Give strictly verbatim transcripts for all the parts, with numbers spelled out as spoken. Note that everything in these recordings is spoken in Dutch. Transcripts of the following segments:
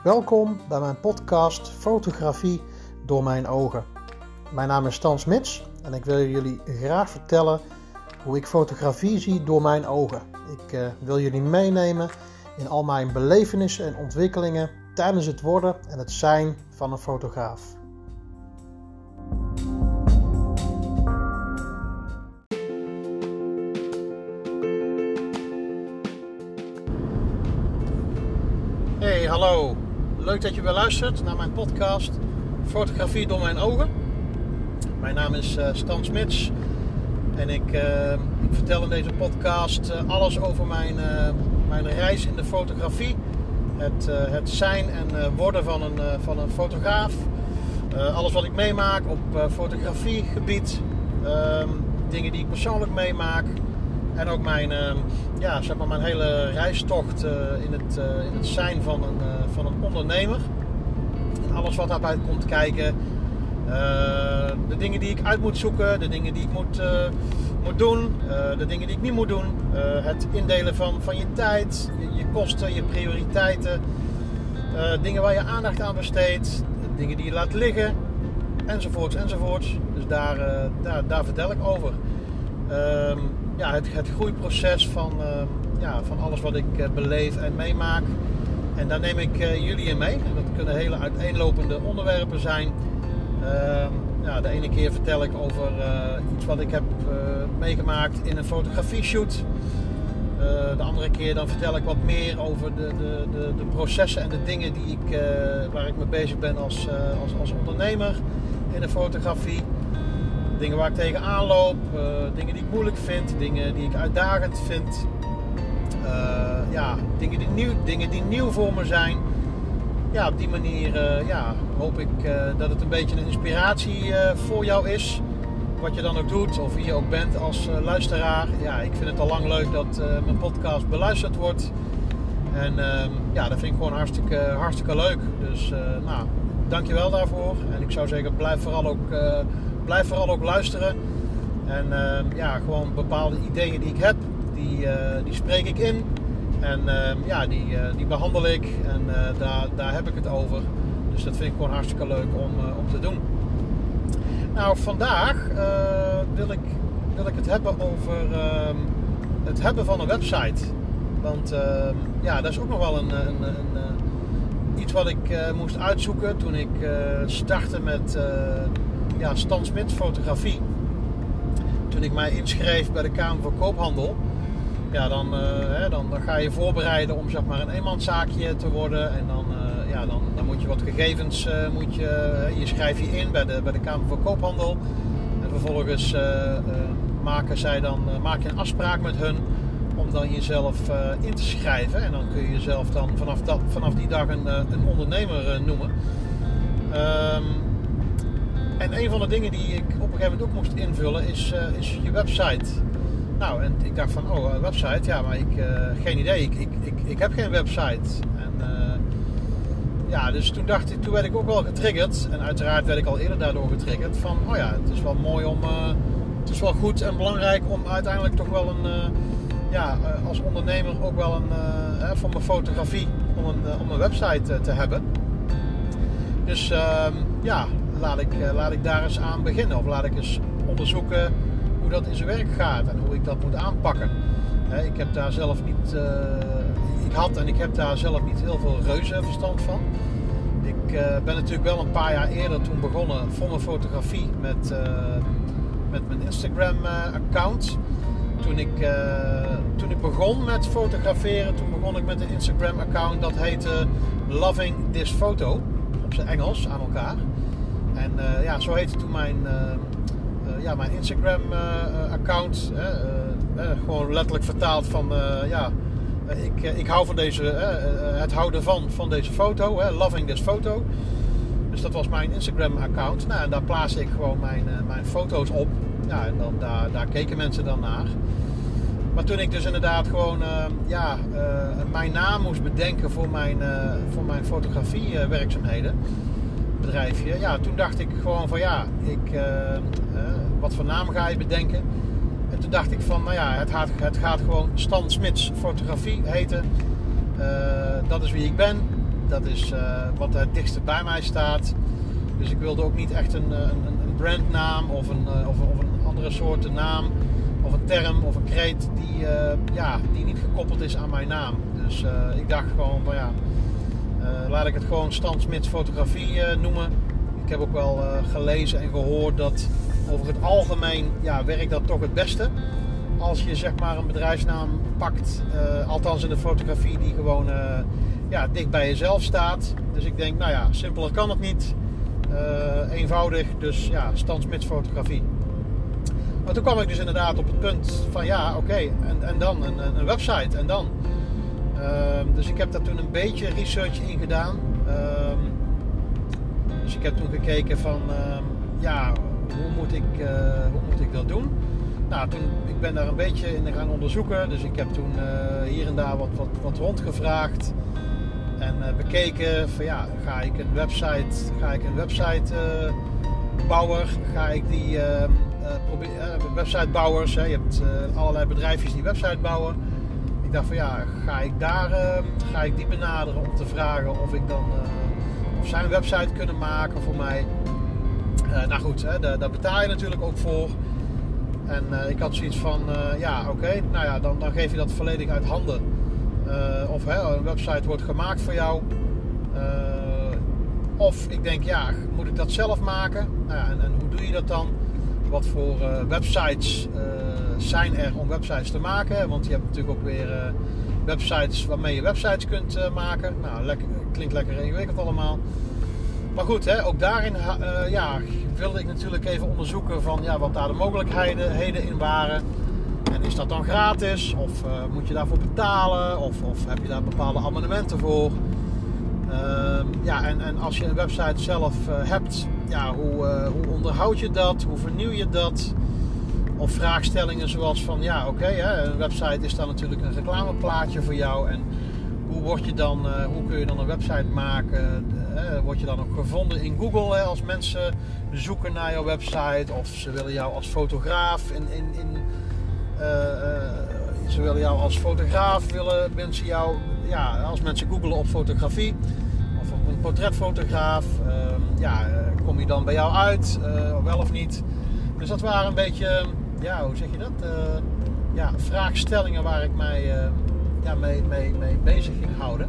Welkom bij mijn podcast Fotografie door mijn ogen. Mijn naam is Stan Smits en ik wil jullie graag vertellen hoe ik fotografie zie door mijn ogen. Ik uh, wil jullie meenemen in al mijn belevenissen en ontwikkelingen tijdens het worden en het zijn van een fotograaf. Hey, hallo. Leuk dat je weer luistert naar mijn podcast Fotografie door mijn ogen. Mijn naam is uh, Stan Smits en ik, uh, ik vertel in deze podcast uh, alles over mijn, uh, mijn reis in de fotografie. Het, uh, het zijn en uh, worden van een, uh, van een fotograaf. Uh, alles wat ik meemaak op uh, fotografiegebied. Uh, dingen die ik persoonlijk meemaak. En ook mijn, uh, ja, zeg maar mijn hele reistocht uh, in, het, uh, in het zijn van een, uh, van een ondernemer. En alles wat daarbij komt kijken. Uh, de dingen die ik uit moet zoeken. De dingen die ik moet, uh, moet doen. Uh, de dingen die ik niet moet doen. Uh, het indelen van, van je tijd. Je, je kosten, je prioriteiten. Uh, dingen waar je aandacht aan besteedt. Dingen die je laat liggen. Enzovoorts, enzovoorts. Dus daar, uh, daar, daar vertel ik over. Uh, Ja, het, het groeiproces van, uh, ja, van alles wat ik uh, beleef en meemaak. En daar neem ik uh, jullie in mee. En dat kunnen hele uiteenlopende onderwerpen zijn. Uh, ja, de ene keer vertel ik over uh, iets wat ik heb uh, meegemaakt in een fotografieshoot. Uh, de andere keer dan vertel ik wat meer over de, de, de, de processen en de dingen die ik, uh, waar ik mee bezig ben als, uh, als, als ondernemer in de fotografie. Dingen waar ik tegenaan loop, uh, dingen die ik moeilijk vind, dingen die ik uitdagend vind. Uh, ja, dingen die, nieuw, dingen die nieuw voor me zijn. Ja, op die manier uh, ja, hoop ik uh, dat het een beetje een inspiratie uh, voor jou is. Wat je dan ook doet of wie je ook bent als uh, luisteraar. Ja, ik vind het al lang leuk dat uh, mijn podcast beluisterd wordt. En uh, ja, dat vind ik gewoon hartstikke, hartstikke leuk. Dus uh, nou, dankjewel daarvoor. En ik zou zeggen, blijf vooral ook... Uh, Blijf vooral ook luisteren. En uh, ja, gewoon bepaalde ideeën die ik heb, die, uh, die spreek ik in. En uh, ja, die, uh, die behandel ik. En uh, daar, daar heb ik het over. Dus dat vind ik gewoon hartstikke leuk om, uh, om te doen. Nou, vandaag uh, wil, ik, wil ik het hebben over uh, het hebben van een website. Want uh, ja, dat is ook nog wel een, een, een, een, iets wat ik uh, moest uitzoeken toen ik uh, startte met... Uh, Ja, Stan Smits fotografie. Toen ik mij inschreef bij de Kamer van Koophandel. Ja, dan, uh, hè, dan, dan ga je voorbereiden om zeg maar een eenmanszaakje te worden. En dan, uh, ja, dan, dan moet je wat gegevens, uh, moet je, uh, je schrijf je in bij de, bij de Kamer van Koophandel. En vervolgens uh, uh, maken zij dan, uh, maak je een afspraak met hun om dan jezelf uh, in te schrijven. En dan kun je jezelf dan vanaf, dat, vanaf die dag een, uh, een ondernemer uh, noemen. Um, En een van de dingen die ik op een gegeven moment ook moest invullen is, uh, is je website. Nou, en ik dacht van, oh, een website, ja, maar ik, uh, geen idee, ik, ik, ik, ik heb geen website. En uh, ja, dus toen dacht ik, toen werd ik ook wel getriggerd. En uiteraard werd ik al eerder daardoor getriggerd van, oh ja, het is wel mooi om, uh, het is wel goed en belangrijk om uiteindelijk toch wel een, uh, ja, uh, als ondernemer ook wel een, uh, voor mijn fotografie, om een, uh, om een website uh, te hebben. Dus uh, ja... Laat ik, laat ik daar eens aan beginnen. Of laat ik eens onderzoeken hoe dat in zijn werk gaat. En hoe ik dat moet aanpakken. Ik heb daar zelf niet... Uh, ik had en ik heb daar zelf niet heel veel reuze verstand van. Ik uh, ben natuurlijk wel een paar jaar eerder toen begonnen voor mijn fotografie met, uh, met mijn Instagram uh, account. Toen ik, uh, toen ik begon met fotograferen, toen begon ik met een Instagram account. Dat heette Loving This Photo. Op zijn Engels aan elkaar. En uh, ja, zo heette toen mijn, uh, uh, ja, mijn Instagram uh, account. Uh, uh, gewoon letterlijk vertaald van, uh, ja, uh, ik, uh, ik hou van deze, uh, uh, het houden van, van deze foto. Uh, loving this photo. Dus dat was mijn Instagram account. Nou, en daar plaatste ik gewoon mijn, uh, mijn foto's op. Ja, en dan, daar, daar keken mensen dan naar. Maar toen ik dus inderdaad gewoon, uh, ja, uh, mijn naam moest bedenken voor mijn, uh, voor mijn fotografie uh, werkzaamheden. Bedrijfje. Ja, toen dacht ik gewoon van ja, ik, uh, uh, wat voor naam ga je bedenken? En toen dacht ik van, nou ja, het gaat, het gaat gewoon Stan Smits fotografie heten. Uh, dat is wie ik ben. Dat is uh, wat het dichtst bij mij staat. Dus ik wilde ook niet echt een, een, een brandnaam of een, of, of een andere soort naam of een term of een kreet die, uh, ja, die niet gekoppeld is aan mijn naam. Dus uh, ik dacht gewoon van ja, uh, laat ik het gewoon Stan Smits Fotografie uh, noemen. Ik heb ook wel uh, gelezen en gehoord dat over het algemeen ja, werkt dat toch het beste. Als je zeg maar een bedrijfsnaam pakt, uh, althans in de fotografie die gewoon uh, ja, dicht bij jezelf staat. Dus ik denk, nou ja, simpeler kan het niet. Uh, eenvoudig, dus ja, Stan Smits Fotografie. Maar toen kwam ik dus inderdaad op het punt van ja, oké, okay, en, en dan een, een website en dan. Uh, dus ik heb daar toen een beetje research in gedaan. Uh, dus ik heb toen gekeken van, uh, ja, hoe moet ik, uh, hoe moet ik dat doen? Nou, toen, ik ben daar een beetje in gaan onderzoeken. Dus ik heb toen uh, hier en daar wat, wat, wat rondgevraagd. En uh, bekeken van ja, ga ik een website, ga ik een website uh, bouwer, ga ik die uh, uh, probeer, uh, websitebouwers, hè, je hebt uh, allerlei bedrijfjes die website bouwen. Ik dacht van ja, ga ik daar, uh, ga ik die benaderen om te vragen of ik dan uh, of zij een website kunnen maken voor mij. Uh, nou goed, hè, daar, daar betaal je natuurlijk ook voor. En uh, ik had zoiets van, uh, ja oké, okay, nou ja, dan, dan geef je dat volledig uit handen. Uh, of hè, een website wordt gemaakt voor jou. Uh, of ik denk, ja, moet ik dat zelf maken? Nou ja, en, en hoe doe je dat dan? Wat voor uh, websites uh, zijn er om websites te maken? Want je hebt natuurlijk ook weer uh, websites waarmee je websites kunt uh, maken. Nou, lekker, klinkt lekker ingewikkeld allemaal. Maar goed, hè, ook daarin uh, ja, wilde ik natuurlijk even onderzoeken van ja, wat daar de mogelijkheden in waren. En is dat dan gratis? Of uh, moet je daarvoor betalen? Of, of heb je daar bepaalde abonnementen voor? Uh, ja, en, en als je een website zelf uh, hebt, ja, hoe, uh, hoe onderhoud je dat? Hoe vernieuw je dat? Of vraagstellingen zoals van, ja, oké, okay, een website is dan natuurlijk een reclameplaatje voor jou. En hoe word je dan, uh, hoe kun je dan een website maken? Uh, word je dan ook gevonden in Google, hè, als mensen zoeken naar jouw website? Of ze willen jou als fotograaf in... in, in Uh, uh, ze willen jou als fotograaf, willen mensen jou, ja, als mensen googlen op fotografie of op een portretfotograaf, uh, ja, uh, kom je dan bij jou uit, uh, wel of niet? Dus dat waren een beetje, ja, hoe zeg je dat? Uh, ja, vraagstellingen waar ik mij uh, ja, mee, mee, mee bezig ging houden.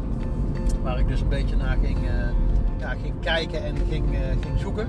Waar ik dus een beetje naar ging, uh, ja, ging kijken en ging, uh, ging zoeken.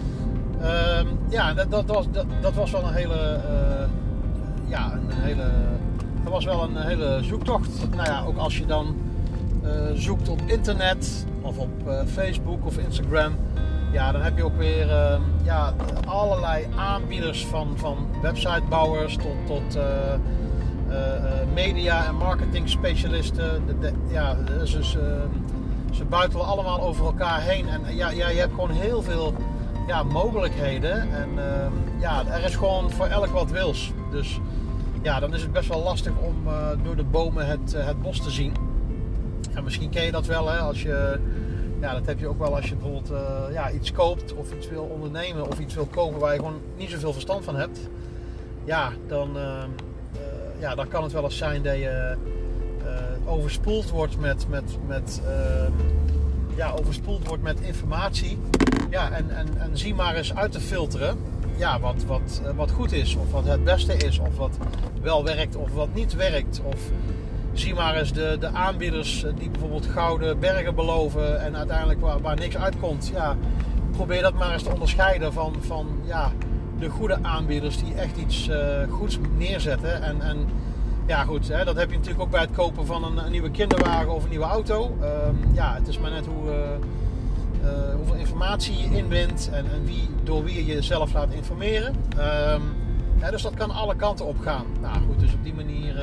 Uh, ja, dat, dat, was, dat, dat was wel een hele... Uh, Ja, een hele, dat was wel een hele zoektocht. Nou ja, ook als je dan uh, zoekt op internet of op uh, Facebook of Instagram, ja, dan heb je ook weer uh, ja, allerlei aanbieders van, van websitebouwers tot, tot uh, uh, media- en marketing specialisten. De, de, ja, dus, uh, ze buitelen allemaal over elkaar heen. En ja, ja, je hebt gewoon heel veel ja, mogelijkheden. En uh, ja, er is gewoon voor elk wat wils. Dus ja, dan is het best wel lastig om uh, door de bomen het, uh, het bos te zien. En misschien ken je dat wel, hè, als je, ja, dat heb je ook wel als je bijvoorbeeld uh, ja, iets koopt of iets wil ondernemen of iets wil kopen waar je gewoon niet zoveel verstand van hebt. Ja, dan, uh, uh, ja, dan kan het wel eens zijn dat je uh, overspoeld wordt met, met, met, uh, ja, overspoeld wordt met informatie. Ja, en, en, en zie maar eens uit te filteren. Ja, wat, wat, wat goed is, of wat het beste is, of wat wel werkt, of wat niet werkt. Of zie maar eens de, de aanbieders die bijvoorbeeld gouden bergen beloven en uiteindelijk waar, waar niks uitkomt. Ja, probeer dat maar eens te onderscheiden van, van ja, de goede aanbieders die echt iets uh, goeds neerzetten. En, en ja, goed, hè, dat heb je natuurlijk ook bij het kopen van een, een nieuwe kinderwagen of een nieuwe auto. Uh, ja, het is maar net hoe... Uh, Uh, hoeveel informatie je inwint en, en wie, door wie je jezelf laat informeren. Um, ja, dus dat kan alle kanten op gaan. Nou goed, dus op die manier uh,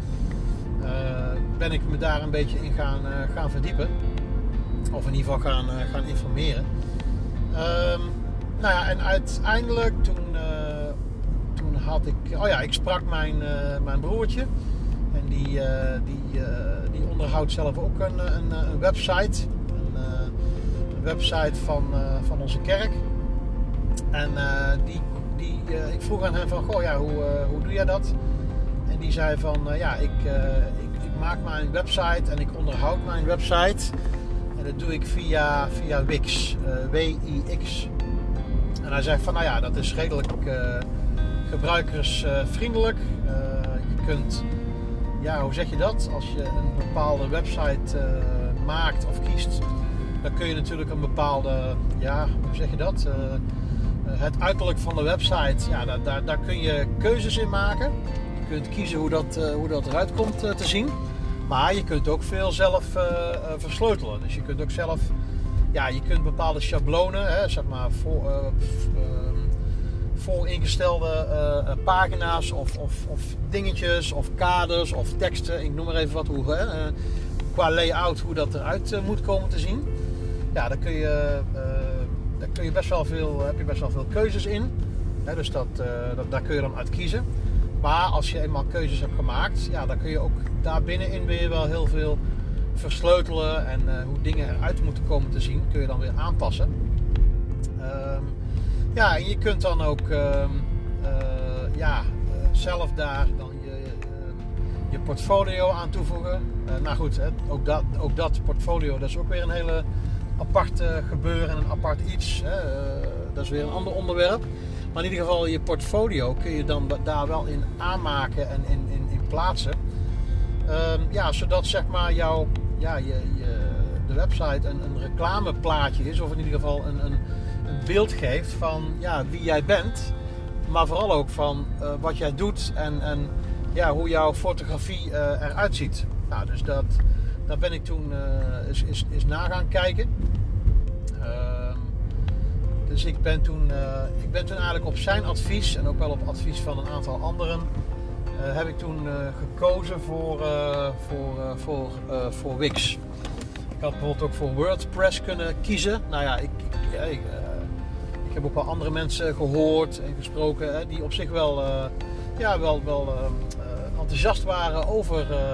uh, ben ik me daar een beetje in gaan, uh, gaan verdiepen. Of in ieder geval gaan, uh, gaan informeren. Um, nou ja, en uiteindelijk toen, uh, toen had ik... Oh ja, ik sprak mijn, uh, mijn broertje. En die, uh, die, uh, die onderhoudt zelf ook een, een, een website. website van, uh, van onze kerk. En uh, die, die, uh, ik vroeg aan hem van, goh, ja, hoe, uh, hoe doe jij dat? En die zei van, uh, ja, ik, uh, ik, ik maak mijn website en ik onderhoud mijn website. En dat doe ik via, via Wix, uh, W I X. En hij zegt van, nou ja, dat is redelijk uh, gebruikersvriendelijk. Uh, je kunt, ja, hoe zeg je dat? Als je een bepaalde website uh, maakt of kiest, dan kun je natuurlijk een bepaalde, ja, hoe zeg je dat? Uh, het uiterlijk van de website, ja, daar, daar, daar kun je keuzes in maken. Je kunt kiezen hoe dat, uh, hoe dat eruit komt uh, te zien. Maar je kunt ook veel zelf uh, uh, versleutelen. Dus je kunt ook zelf, ja, je kunt bepaalde schablonen, hè, zeg maar, voor, uh, uh, voor ingestelde uh, pagina's of, of, of dingetjes of kaders of teksten, ik noem maar even wat, hoe, hè, uh, qua layout, hoe dat eruit uh, moet komen te zien. Ja, daar kun je, uh, daar kun je best wel veel, heb je best wel veel keuzes in. Hè, dus dat, uh, dat, daar kun je dan uit kiezen. Maar als je eenmaal keuzes hebt gemaakt, ja, dan kun je ook daar binnenin weer wel heel veel versleutelen. En uh, hoe dingen eruit moeten komen te zien, kun je dan weer aanpassen. Um, ja, en je kunt dan ook um, uh, ja, uh, zelf daar dan je, uh, je portfolio aan toevoegen. Uh, nou goed, hè, ook, dat, ook dat portfolio, dat is ook weer een hele apart uh, gebeuren en een apart iets. Hè. Uh, dat is weer een ander onderwerp. Maar in ieder geval, je portfolio kun je dan daar wel in aanmaken en in, in, in plaatsen. Um, ja, zodat zeg maar jouw, ja, je, je, de website een, een reclameplaatje is. Of in ieder geval een, een, een beeld geeft van ja, wie jij bent. Maar vooral ook van uh, wat jij doet en, en ja, hoe jouw fotografie uh, eruit ziet. Nou, dus dat, daar ben ik toen uh, is, is, is na gaan kijken. Um, Dus ik ben, toen, uh, ik ben toen eigenlijk op zijn advies en ook wel op advies van een aantal anderen, uh, heb ik toen uh, gekozen voor, uh, voor, uh, voor, uh, voor Wix. Ik had bijvoorbeeld ook voor WordPress kunnen kiezen. Nou ja, ik, ik, ik, uh, ik heb ook wel andere mensen gehoord en gesproken hè, die op zich wel, uh, ja, wel, wel uh, uh, enthousiast waren over, uh,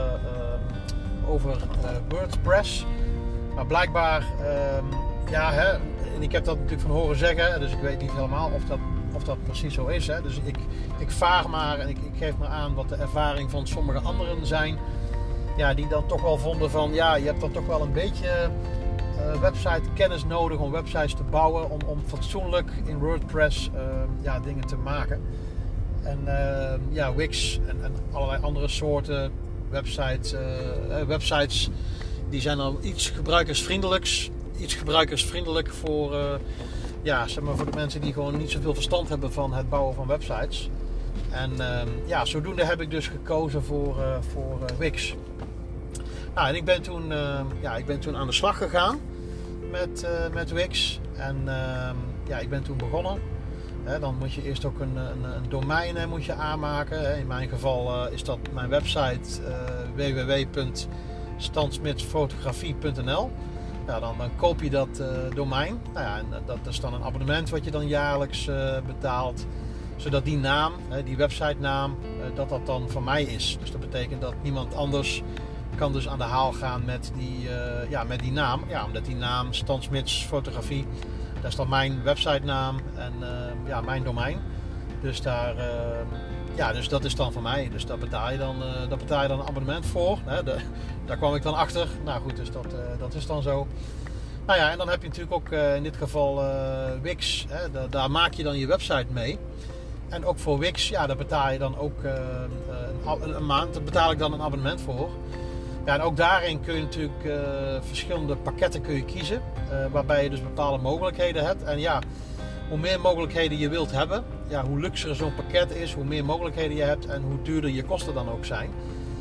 uh, over uh, WordPress. Maar blijkbaar, uh, ja hè. En ik heb dat natuurlijk van horen zeggen, dus ik weet niet helemaal of dat, of dat precies zo is. Hè. Dus ik, ik vaar maar en ik, ik geef maar aan wat de ervaring van sommige anderen zijn. Ja, die dan toch wel vonden van, ja, je hebt dan toch wel een beetje uh, website kennis nodig om websites te bouwen. Om, om fatsoenlijk in WordPress uh, ja, dingen te maken. En uh, ja, Wix en, en allerlei andere soorten websites, uh, websites, die zijn dan iets gebruikersvriendelijks. Iets gebruikersvriendelijk voor, uh, ja, zeg maar voor de mensen die gewoon niet zoveel verstand hebben van het bouwen van websites. En uh, ja, zodoende heb ik dus gekozen voor, uh, voor uh, Wix. Nou, en ik ben toen, uh, ja, ik ben toen aan de slag gegaan met, uh, met Wix. En uh, ja, ik ben toen begonnen. Hè, dan moet je eerst ook een, een, een domein hè, moet je aanmaken. In mijn geval uh, is dat mijn website uh, w w w punt stansmitsfotografie punt n l. Ja, dan, dan koop je dat uh, domein. Nou ja, en dat is dan een abonnement wat je dan jaarlijks uh, betaalt. Zodat die naam, uh, die website naam, uh, dat dat dan van mij is. Dus dat betekent dat niemand anders kan dus aan de haal gaan met die, uh, ja, met die naam. Ja, omdat die naam Stan Smits Fotografie, dat is dan mijn website naam en uh, ja, mijn domein. Dus daar, uh, ja, dus dat is dan van mij. Dus daar betaal je dan, uh, daar betaal je dan een abonnement voor. Hè? De, daar kwam ik dan achter. Nou goed, dus dat, uh, dat is dan zo. Nou ja, en dan heb je natuurlijk ook uh, in dit geval uh, Wix. Hè? Da- daar maak je dan je website mee. En ook voor Wix, ja, daar betaal je dan ook uh, een, een maand. Daar betaal ik dan een abonnement voor. Ja, en ook daarin kun je natuurlijk uh, verschillende pakketten kun je kiezen. Uh, waarbij je dus bepaalde mogelijkheden hebt. En ja, hoe meer mogelijkheden je wilt hebben, ja, hoe luxer zo'n pakket is, hoe meer mogelijkheden je hebt en hoe duurder je kosten dan ook zijn.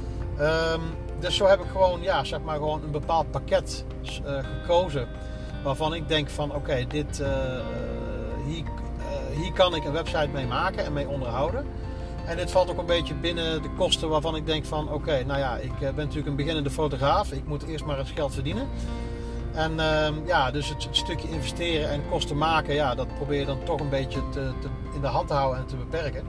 Um, dus zo heb ik gewoon, ja, zeg maar gewoon een bepaald pakket uh, gekozen. Waarvan ik denk van, oké, okay, dit, uh, hier, uh, hier kan ik een website mee maken en mee onderhouden. En dit valt ook een beetje binnen de kosten waarvan ik denk van, oké, okay, nou ja, ik ben natuurlijk een beginnende fotograaf. Ik moet eerst maar eens geld verdienen. En uh, ja, dus het, het stukje investeren en kosten maken, ja, dat probeer je dan toch een beetje te, te, in de hand te houden en te beperken.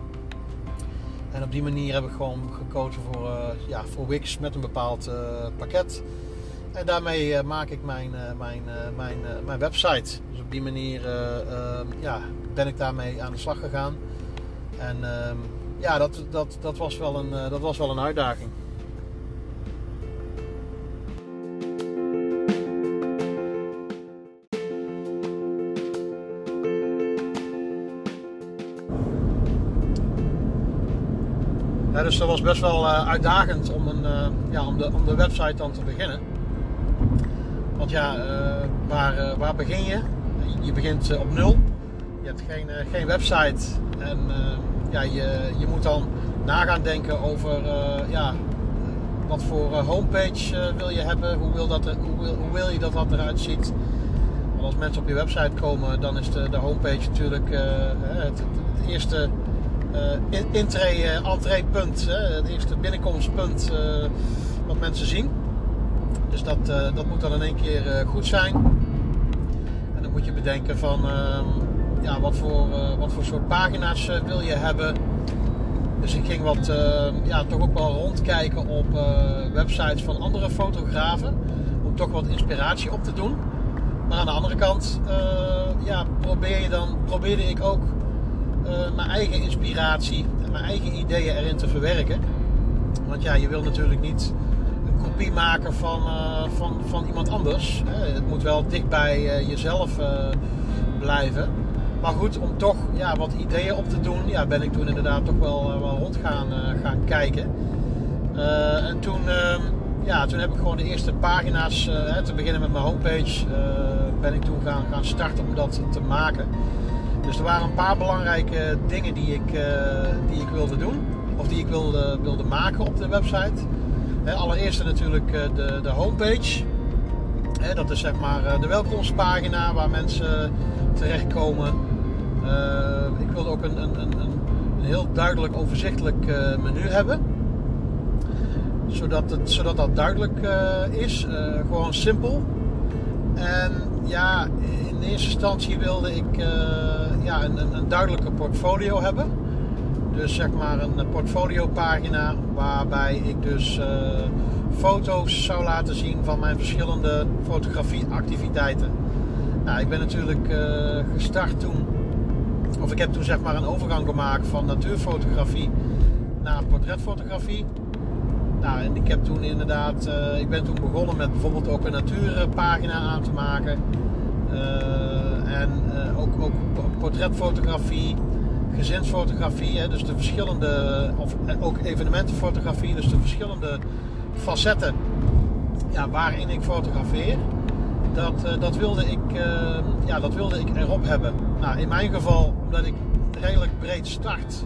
En op die manier heb ik gewoon gekozen voor, uh, ja, voor Wix met een bepaald uh, pakket. En daarmee uh, maak ik mijn, uh, mijn, uh, mijn, uh, mijn website. Dus op die manier uh, uh, ja, ben ik daarmee aan de slag gegaan. En uh, ja, dat, dat, dat, was wel een, uh, dat was wel een uitdaging. He, dus dat was best wel uh, uitdagend om, een, uh, ja, om, de, om de website dan te beginnen. Want ja, uh, waar, uh, waar begin je? Je begint uh, op nul. Je hebt geen, uh, geen website. En uh, ja, je, je moet dan na gaan denken over uh, ja, wat voor uh, homepage uh, wil je hebben. Hoe wil, dat er, hoe, wil, hoe wil je dat dat eruit ziet? Want als mensen op je website komen, dan is de, de homepage natuurlijk uh, het, het, het eerste uh, intree, uh, entreepunt. Uh, het eerste binnenkomstpunt uh, wat mensen zien. Dus dat, uh, dat moet dan in één keer uh, goed zijn. En dan moet je bedenken van uh, ja, wat, voor, uh, wat voor soort pagina's uh, wil je hebben. Dus ik ging wat, uh, ja, toch ook wel rondkijken op uh, websites van andere fotografen. Om toch wat inspiratie op te doen. Maar aan de andere kant uh, ja, probeer je dan, probeerde ik ook uh, mijn eigen inspiratie en mijn eigen ideeën erin te verwerken. Want ja, je wil natuurlijk niet een kopie maken van, uh, van, van iemand anders. Hè. Het moet wel dicht bij uh, jezelf uh, blijven. Maar goed, om toch ja, wat ideeën op te doen, ja, ben ik toen inderdaad toch wel, uh, wel rond gaan, uh, gaan kijken. Uh, en toen, uh, ja, toen heb ik gewoon de eerste pagina's, uh, hè, te beginnen met mijn homepage, uh, ben ik toen gaan, gaan starten om dat te maken. Dus er waren een paar belangrijke dingen die ik, uh, die ik wilde doen, of die ik wilde, wilde maken op de website. Hè, allereerst natuurlijk uh, de, de homepage. Hè, dat is zeg maar uh, de welkomstpagina waar mensen terechtkomen. Uh, ik wilde ook een, een, een, een heel duidelijk overzichtelijk uh, menu hebben. Zodat, het, zodat dat duidelijk uh, is. Uh, gewoon simpel. En ja, in eerste instantie wilde ik uh, ja, een, een, een duidelijke portfolio hebben. Dus zeg maar een portfolio pagina waarbij ik dus uh, foto's zou laten zien van mijn verschillende fotografieactiviteiten. Nou, ik ben natuurlijk uh, gestart toen, of ik heb toen zeg maar een overgang gemaakt van natuurfotografie naar portretfotografie. Nou, en ik heb toen inderdaad, uh, ik ben toen begonnen met bijvoorbeeld ook een natuurpagina aan te maken. Uh, en uh, ook, ook portretfotografie, gezinsfotografie, hè, dus de verschillende, of ook evenementenfotografie, dus de verschillende facetten ja, waarin ik fotografeer. Dat, uh, dat, wilde ik, uh, ja, dat wilde ik erop hebben. Nou, in mijn geval, omdat ik redelijk breed start.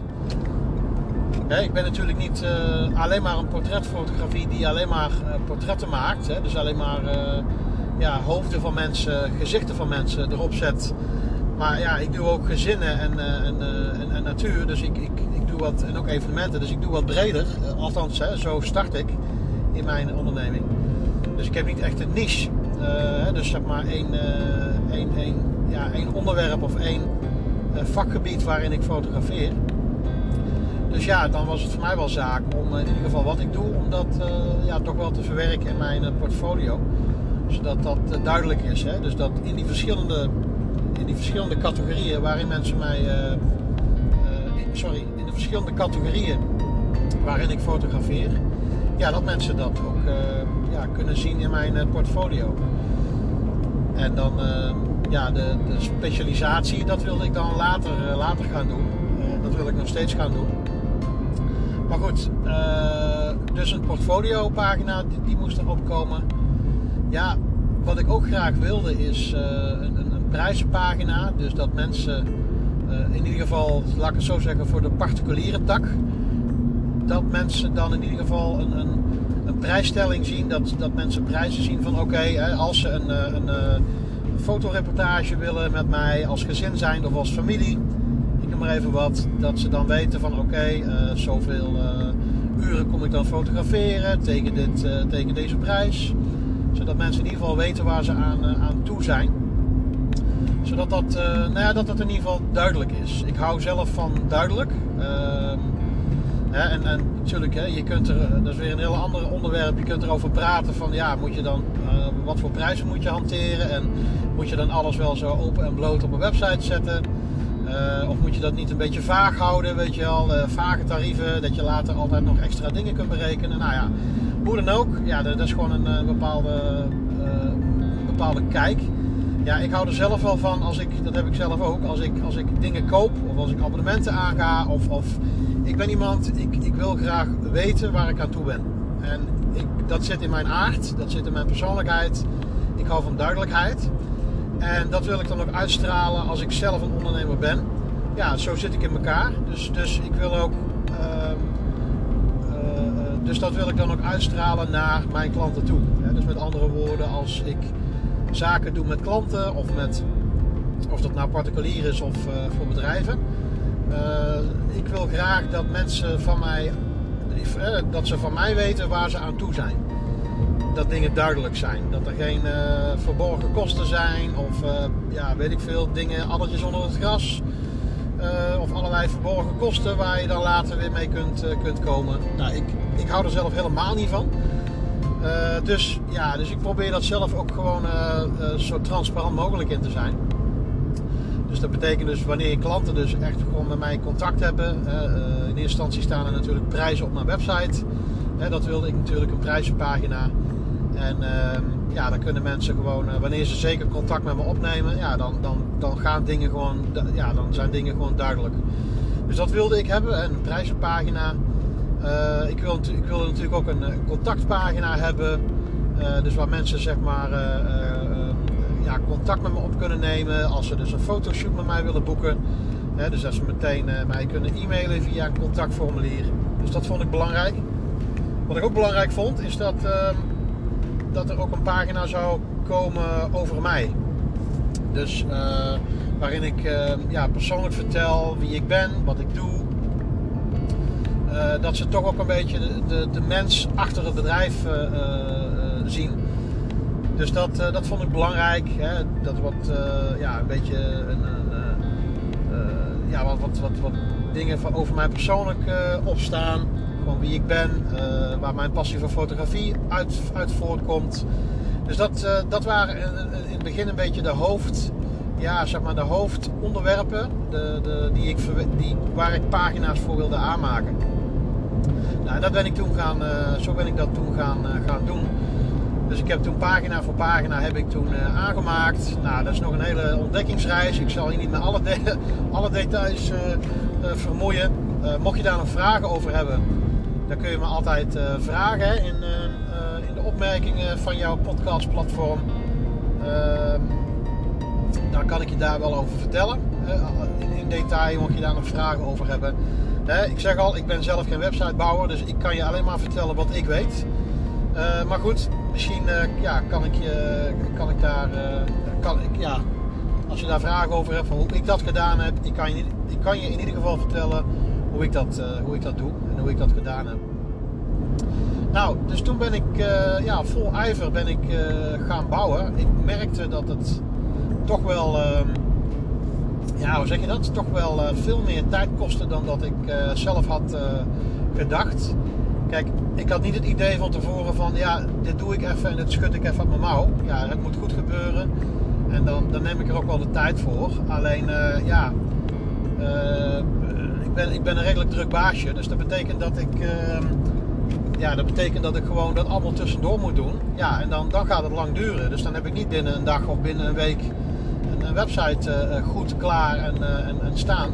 Hè, ik ben natuurlijk niet uh, alleen maar een portretfotografie die alleen maar uh, portretten maakt. Hè, dus alleen maar uh, ja, hoofden van mensen, gezichten van mensen erop zet. Maar ja, ik doe ook gezinnen en, uh, en, uh, en, en natuur. Dus ik, ik, ik doe wat, en ook evenementen. Dus ik doe wat breder. Uh, althans, hè, zo start ik in mijn onderneming. Dus ik heb niet echt een niche. Uh, dus zeg maar één, uh, één, één, ja, één onderwerp of één uh, vakgebied waarin ik fotografeer. Dus ja, dan was het voor mij wel zaak om uh, in ieder geval wat ik doe, om dat uh, ja, toch wel te verwerken in mijn uh, portfolio. Zodat dat uh, duidelijk is. Hè? Dus dat in die verschillende, in die verschillende categorieën waarin mensen mij... Uh, uh, sorry, in de verschillende categorieën waarin ik fotografeer. Ja, dat mensen dat ook uh, ja, kunnen zien in mijn uh, portfolio. En dan uh, ja, de, de specialisatie, dat wilde ik dan later, uh, later gaan doen. Uh, dat wil ik nog steeds gaan doen. Maar goed, uh, dus een portfolio pagina, die, die moest erop komen. Ja, wat ik ook graag wilde is uh, een, een, een prijzenpagina. Dus dat mensen, uh, in ieder geval, laat ik het zo zeggen, voor de particuliere tak. Dat mensen dan in ieder geval een, een, een prijsstelling zien. Dat, dat mensen prijzen zien van oké, okay, als ze een, een, een fotoreportage willen met mij als gezin zijn of als familie. Ik noem maar even wat. Dat ze dan weten van oké, okay, uh, zoveel uh, uren kom ik dan fotograferen tegen, dit, uh, tegen deze prijs. Zodat mensen in ieder geval weten waar ze aan, uh, aan toe zijn. Zodat dat, uh, nou ja, dat dat in ieder geval duidelijk is. Ik hou zelf van duidelijk. Uh, He, en, en natuurlijk, he, je kunt er, dat is weer een heel ander onderwerp, je kunt erover praten van ja, moet je dan, uh, wat voor prijzen moet je hanteren en moet je dan alles wel zo open en bloot op een website zetten, uh, of moet je dat niet een beetje vaag houden, weet je wel, uh, vage tarieven, dat je later altijd nog extra dingen kunt berekenen. Nou ja, hoe dan ook, ja, dat, dat is gewoon een, een, bepaalde, uh, een bepaalde kijk. Ja, ik hou er zelf wel van, als ik, dat heb ik zelf ook, als ik, als ik dingen koop of als ik abonnementen aanga of, of ik ben iemand, ik, ik wil graag weten waar ik aan toe ben. En ik, dat zit in mijn aard, dat zit in mijn persoonlijkheid. Ik hou van duidelijkheid. En dat wil ik dan ook uitstralen als ik zelf een ondernemer ben. Ja, zo zit ik in elkaar. Dus, dus ik wil ook... Uh, uh, dus dat wil ik dan ook uitstralen naar mijn klanten toe. Ja, dus met andere woorden, als ik zaken doe met klanten of met... Of dat nou particulier is of uh, voor bedrijven. Uh, ik wil graag dat mensen van mij... Uh, dat ze van mij weten waar ze aan toe zijn. Dat dingen duidelijk zijn. Dat er geen uh, verborgen kosten zijn. Of uh, ja, weet ik veel, dingen, addertjes onder het gras. Uh, of allerlei verborgen kosten waar je dan later weer mee kunt, uh, kunt komen. Nou, ik, ik hou er zelf helemaal niet van. Uh, dus ja, dus ik probeer dat zelf ook gewoon uh, uh, zo transparant mogelijk in te zijn. Dus dat betekent dus wanneer klanten dus echt gewoon met mij contact hebben. Uh, uh, in eerste instantie staan er natuurlijk prijzen op mijn website. Uh, dat wilde ik natuurlijk, een prijzenpagina. En uh, ja, dan kunnen mensen gewoon, uh, wanneer ze zeker contact met me opnemen, ja, dan, dan, dan gaan dingen gewoon, ja, dan zijn dingen gewoon duidelijk. Dus dat wilde ik hebben, een prijzenpagina. Uh, ik, wil, ik wilde natuurlijk ook een, een contactpagina hebben. Uh, dus waar mensen zeg maar uh, uh, ja, contact met me op kunnen nemen als ze dus een fotoshoot met mij willen boeken. Uh, dus dat ze meteen uh, mij kunnen e-mailen via een contactformulier. Dus dat vond ik belangrijk. Wat ik ook belangrijk vond is dat, uh, dat er ook een pagina zou komen over mij. Dus uh, waarin ik uh, ja, persoonlijk vertel wie ik ben, wat ik doe. Uh, dat ze toch ook een beetje de, de, de mens achter het bedrijf uh, uh, zien. Dus dat, uh, dat vond ik belangrijk. Hè? Dat wat, uh, ja, een beetje een, uh, uh, ja, wat, wat, wat, wat dingen van, over mij persoonlijk uh, opstaan. Gewoon wie ik ben, uh, waar mijn passie voor fotografie uit, uit voortkomt. Dus dat, uh, dat waren in het begin een beetje de hoofd, ja, zeg maar de hoofdonderwerpen de, de, die ik, die, waar ik pagina's voor wilde aanmaken. Nou, dat ben ik toen gaan, uh, zo ben ik dat toen gaan, uh, gaan doen. Dus ik heb toen pagina voor pagina heb ik toen uh, aangemaakt. Nou, dat is nog een hele ontdekkingsreis. Ik zal je niet met alle, de- alle details uh, uh, vermoeien. Uh, mocht je daar nog vragen over hebben, dan kun je me altijd uh, vragen hè, in, uh, uh, in de opmerkingen van jouw podcastplatform. Uh, dan kan ik je daar wel over vertellen. Uh, in, in detail, mocht je daar nog vragen over hebben. Uh, ik zeg al, ik ben zelf geen websitebouwer, dus ik kan je alleen maar vertellen wat ik weet. Uh, maar goed, misschien uh, ja, kan ik je, kan ik daar, uh, kan ik, ja, als je daar vragen over hebt van hoe ik dat gedaan heb, ik kan je, ik kan je in ieder geval vertellen hoe ik dat, uh, hoe ik dat doe en hoe ik dat gedaan heb. Nou, dus toen ben ik uh, ja, vol ijver ben ik uh, gaan bouwen. Ik merkte dat het toch wel, uh, ja, hoe zeg je dat? Toch wel uh, veel meer tijd kostte dan dat ik uh, zelf had uh, gedacht. Kijk, ik had niet het idee van tevoren van, ja, dit doe ik even en dit schud ik even uit mijn mouw. Ja, het moet goed gebeuren. En dan, dan neem ik er ook wel de tijd voor. Alleen, uh, ja, uh, ik, ben, ik ben een redelijk druk baasje. Dus dat betekent dat ik, uh, ja, dat betekent dat ik gewoon dat allemaal tussendoor moet doen. Ja, en dan, dan gaat het lang duren. Dus dan heb ik niet binnen een dag of binnen een week een, een website uh, goed klaar en, uh, en, en staan.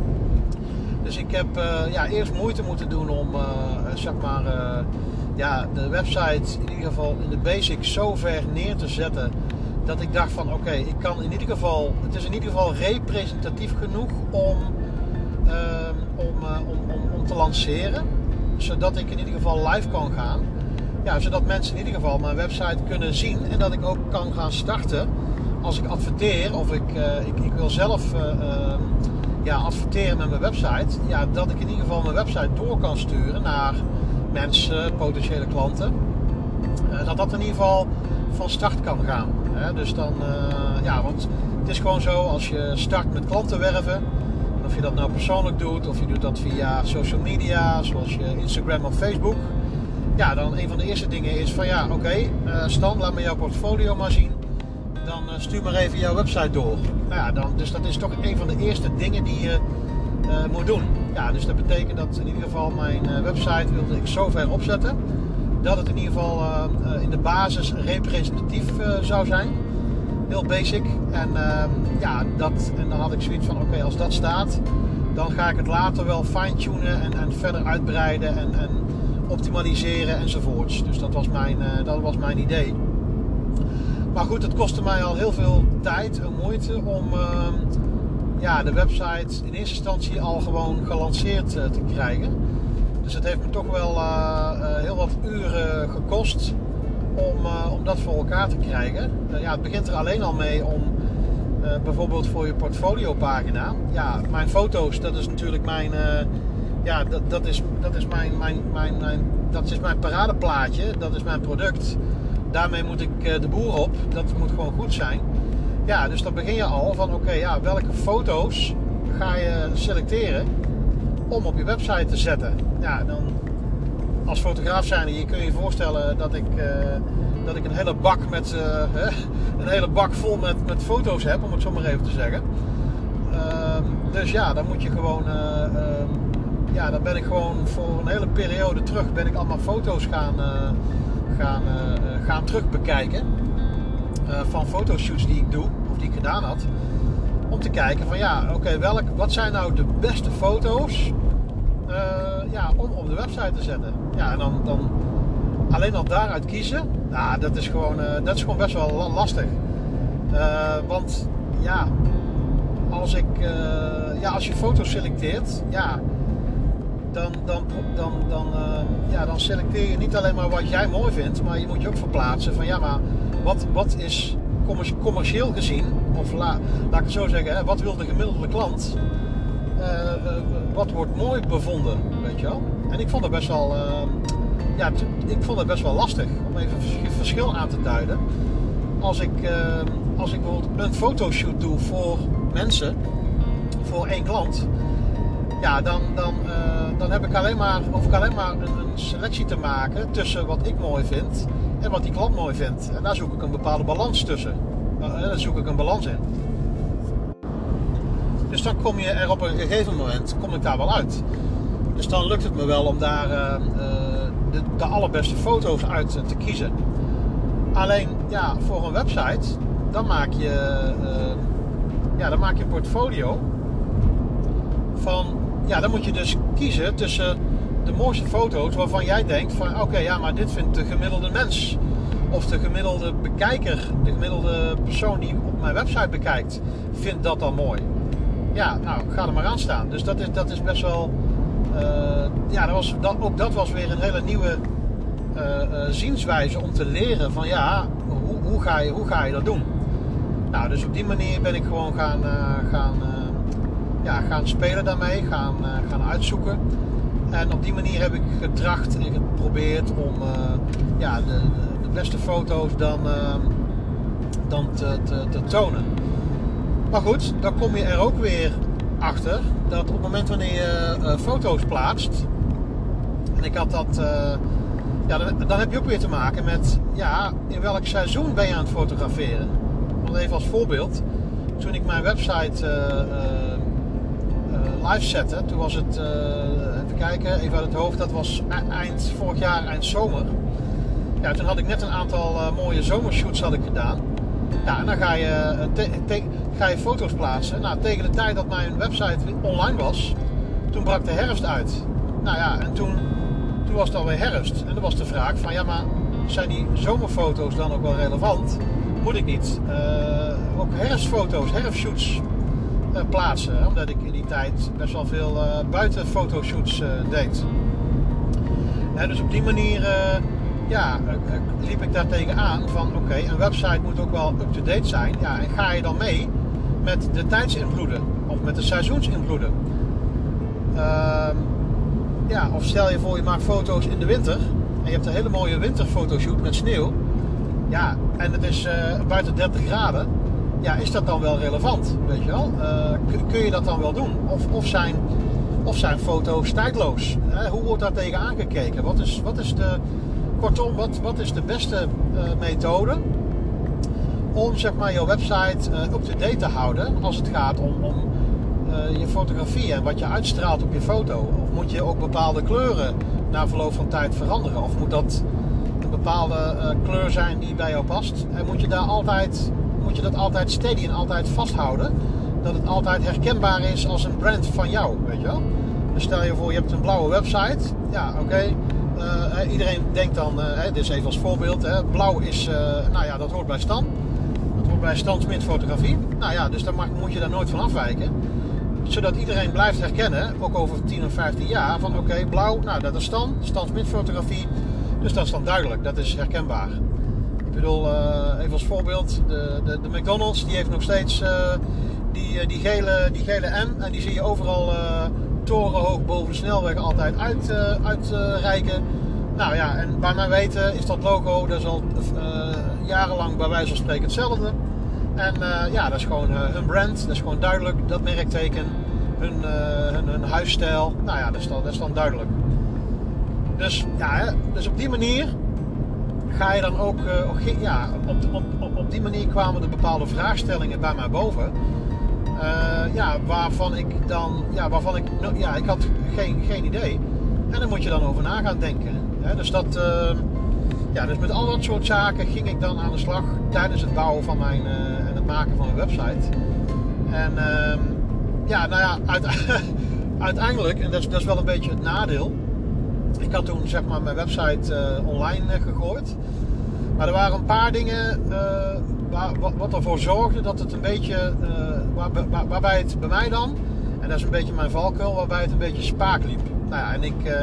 Dus ik heb uh, ja, eerst moeite moeten doen om uh, zeg maar, uh, ja, de website in ieder geval in de basics zo ver neer te zetten dat ik dacht van oké, okay, ik kan in ieder geval, het is in ieder geval representatief genoeg om, uh, om, uh, om, om, om te lanceren, zodat ik in ieder geval live kan gaan. Ja, zodat mensen in ieder geval mijn website kunnen zien en dat ik ook kan gaan starten als ik adverteer of ik, uh, ik, ik wil zelf uh, uh, ja, adverteren met mijn website, ja, dat ik in ieder geval mijn website door kan sturen naar mensen, potentiële klanten. Uh, dat dat in ieder geval van start kan gaan. Hè? Dus dan, uh, ja, want het is gewoon zo, als je start met klanten werven, of je dat nou persoonlijk doet, of je doet dat via social media, zoals je Instagram of Facebook, ja, dan een van de eerste dingen is van ja, oké, okay, uh, Stan, laat me jouw portfolio maar zien. Dan uh, stuur maar even jouw website door. Nou ja, dan, dus dat is toch een van de eerste dingen die je uh, moet doen. Ja, dus dat betekent dat in ieder geval mijn uh, website wilde ik zo ver opzetten dat het in ieder geval uh, uh, in de basis representatief uh, zou zijn. Heel basic. En, uh, ja, dat, en dan had ik zoiets van oké, okay, als dat staat, dan ga ik het later wel fine-tunen en, en verder uitbreiden en, en optimaliseren enzovoorts. Dus dat was mijn, uh, dat was mijn idee. Maar goed, het kostte mij al heel veel tijd en moeite om uh, ja, de website in eerste instantie al gewoon gelanceerd uh, te krijgen. Dus het heeft me toch wel uh, uh, heel wat uren gekost om, uh, om dat voor elkaar te krijgen. Uh, ja, het begint er alleen al mee om uh, bijvoorbeeld voor je portfoliopagina. Ja, mijn foto's, dat is natuurlijk mijn, uh, ja, dat, dat is, dat is mijn, mijn, mijn, mijn, dat is mijn paradeplaatje, dat is mijn product. Daarmee moet ik uh, de boer op, dat moet gewoon goed zijn. Ja, dus dan begin je al van oké, okay, ja, welke foto's ga je selecteren om op je website te zetten. Ja, dan als fotograaf zijnde, je kun je voorstellen dat ik, uh, dat ik een hele bak met uh, een hele bak vol met, met foto's heb, om het zo maar even te zeggen. Uh, dus ja, dan moet je gewoon, uh, uh, ja, dan ben ik gewoon voor een hele periode terug, ben ik allemaal foto's gaan, uh, gaan, uh, gaan terug bekijken uh, van fotoshoots die ik doe of die ik gedaan had. Om te kijken van ja, oké, okay, welk, wat zijn nou de beste foto's uh, ja, om op de website te zetten. Ja, en dan, dan alleen al daaruit kiezen, nou, dat is gewoon, uh, dat is gewoon best wel lastig. Uh, want ja, als ik, uh, ja, als je foto's selecteert, ja, dan, dan, dan, dan, uh, ja, dan selecteer je niet alleen maar wat jij mooi vindt, maar je moet je ook verplaatsen van ja, maar wat, wat is commercieel gezien, of la, laat ik het zo zeggen, hè, wat wil de gemiddelde klant, uh, uh, wat wordt mooi bevonden, weet je wel. En ik vond het best wel, uh, ja, t- ik vond het best wel lastig om even het verschil aan te duiden. Als ik, uh, als ik bijvoorbeeld een fotoshoot doe voor mensen, voor één klant, ja, dan, dan, uh, dan heb ik alleen maar, hoef ik alleen maar een, een selectie te maken tussen wat ik mooi vind en wat die klant mooi vindt. En daar zoek ik een bepaalde balans tussen. Uh, daar zoek ik een balans in. Dus dan kom je er op een gegeven moment, kom ik daar wel uit. Dus dan lukt het me wel om daar uh, uh, de, de allerbeste foto's uit uh, te kiezen. Alleen, ja, voor een website, dan maak je, uh, ja, dan maak je een portfolio van, ja, dan moet je dus kiezen tussen de mooiste foto's waarvan jij denkt van oké, okay, ja, maar dit vindt de gemiddelde mens. Of de gemiddelde bekijker, de gemiddelde persoon die op mijn website bekijkt, vindt dat dan mooi. Ja, nou, ga er maar aan staan. Dus dat is, dat is best wel, uh, ja, dat was, dat, ook dat was weer een hele nieuwe uh, uh, zienswijze om te leren van ja, hoe, hoe, ga je, hoe ga je dat doen? Nou, dus op die manier ben ik gewoon gaan, uh, gaan, uh, ja, gaan spelen daarmee, gaan, uh, gaan uitzoeken. En op die manier heb ik getracht en geprobeerd om uh, ja, de, de, de beste foto's dan, uh, dan te, te, te tonen. Maar goed, dan kom je er ook weer achter dat op het moment wanneer je uh, foto's plaatst, en ik had dat, uh, ja, dan, dan heb je ook weer te maken met, ja, in welk seizoen ben je aan het fotograferen. Want even als voorbeeld, toen ik mijn website uh, uh, uh, live zette, toen was het, uh, even kijken, even uit het hoofd, dat was eind vorig jaar, eind zomer. Ja, toen had ik net een aantal uh, mooie zomershoots had ik gedaan. Ja, en dan ga je, te, te, ga je foto's plaatsen. Nou, tegen de tijd dat mijn website online was, toen brak de herfst uit. Nou ja, en toen, toen was het alweer herfst. En dan was de vraag van, ja, maar zijn die zomerfoto's dan ook wel relevant? Moet ik niet uh, ook herfstfoto's, herfstshoots uh, plaatsen? Omdat ik in die tijd best wel veel uh, buitenfotoshoots uh, deed. En dus op die manier... Uh, Ja, liep ik daar tegenaan van oké, okay, een website moet ook wel up-to-date zijn. Ja, en ga je dan mee met de tijdsinvloeden of met de seizoensinvloeden? Uh, ja, of stel je voor je maakt foto's in de winter en je hebt een hele mooie winterfotoshoot met sneeuw. Ja, en het is uh, buiten dertig graden. Ja, is dat dan wel relevant? Weet je wel? Uh, kun je dat dan wel doen? Of, of, zijn, of zijn foto's tijdloos? Uh, hoe wordt daar tegenaan gekeken? Wat is, wat is de... Kortom, wat, wat is de beste uh, methode om zeg maar jouw website uh, up-to-date te houden als het gaat om, om uh, je fotografie en wat je uitstraalt op je foto? Of moet je ook bepaalde kleuren na verloop van tijd veranderen? Of moet dat een bepaalde uh, kleur zijn die bij jou past? En moet je, daar altijd, moet je dat altijd steady en altijd vasthouden? dat het altijd herkenbaar is als een brand van jou, weet je wel. Dus stel je voor, je hebt een blauwe website. Ja, oké. Okay. Uh, iedereen denkt dan, uh, dit is even als voorbeeld, hè, blauw is, uh, nou ja, dat hoort bij Stan. Dat hoort bij Stan Smit Fotografie. Nou ja, dus dan mag, moet je daar nooit van afwijken. Zodat iedereen blijft herkennen, ook over tien of vijftien jaar, van oké, okay, blauw, nou dat is Stan, Stan Smit Fotografie. Dus dat is dan duidelijk, dat is herkenbaar. Ik bedoel, uh, even als voorbeeld, de, de, de McDonald's, die heeft nog steeds uh, die, die, gele, die gele M. En die zie je overal uh, torenhoog boven de snelweg altijd uitreiken. Uit, uh, nou ja, en bij mijn weten is dat logo, dat is al uh, jarenlang bij wijze van spreken hetzelfde. En uh, ja, dat is gewoon uh, hun brand, dat is gewoon duidelijk, dat merkteken, hun, uh, hun, hun huisstijl. Nou ja, dat is dan, dat is dan duidelijk. Dus, ja, hè, dus op die manier ga je dan ook, uh, ja, op, op, op, op die manier kwamen er bepaalde vraagstellingen bij mij boven. Uh, ja, waarvan ik dan, ja, waarvan ik, ja, ik had geen, geen idee. En daar moet je dan over na gaan denken. Hè? Dus dat, uh, ja, dus met al dat soort zaken ging ik dan aan de slag tijdens het bouwen van mijn, uh, en het maken van mijn website. En, uh, ja, nou ja, uit, uiteindelijk, en dat is, dat is wel een beetje het nadeel. Ik had toen zeg maar mijn website uh, online uh, gegooid. Maar er waren een paar dingen uh, waar, wat ervoor zorgde dat het een beetje, uh, waar, waar, waarbij het bij mij dan, en dat is een beetje mijn valkuil, waarbij het een beetje spaak liep. Nou ja, en ik, uh,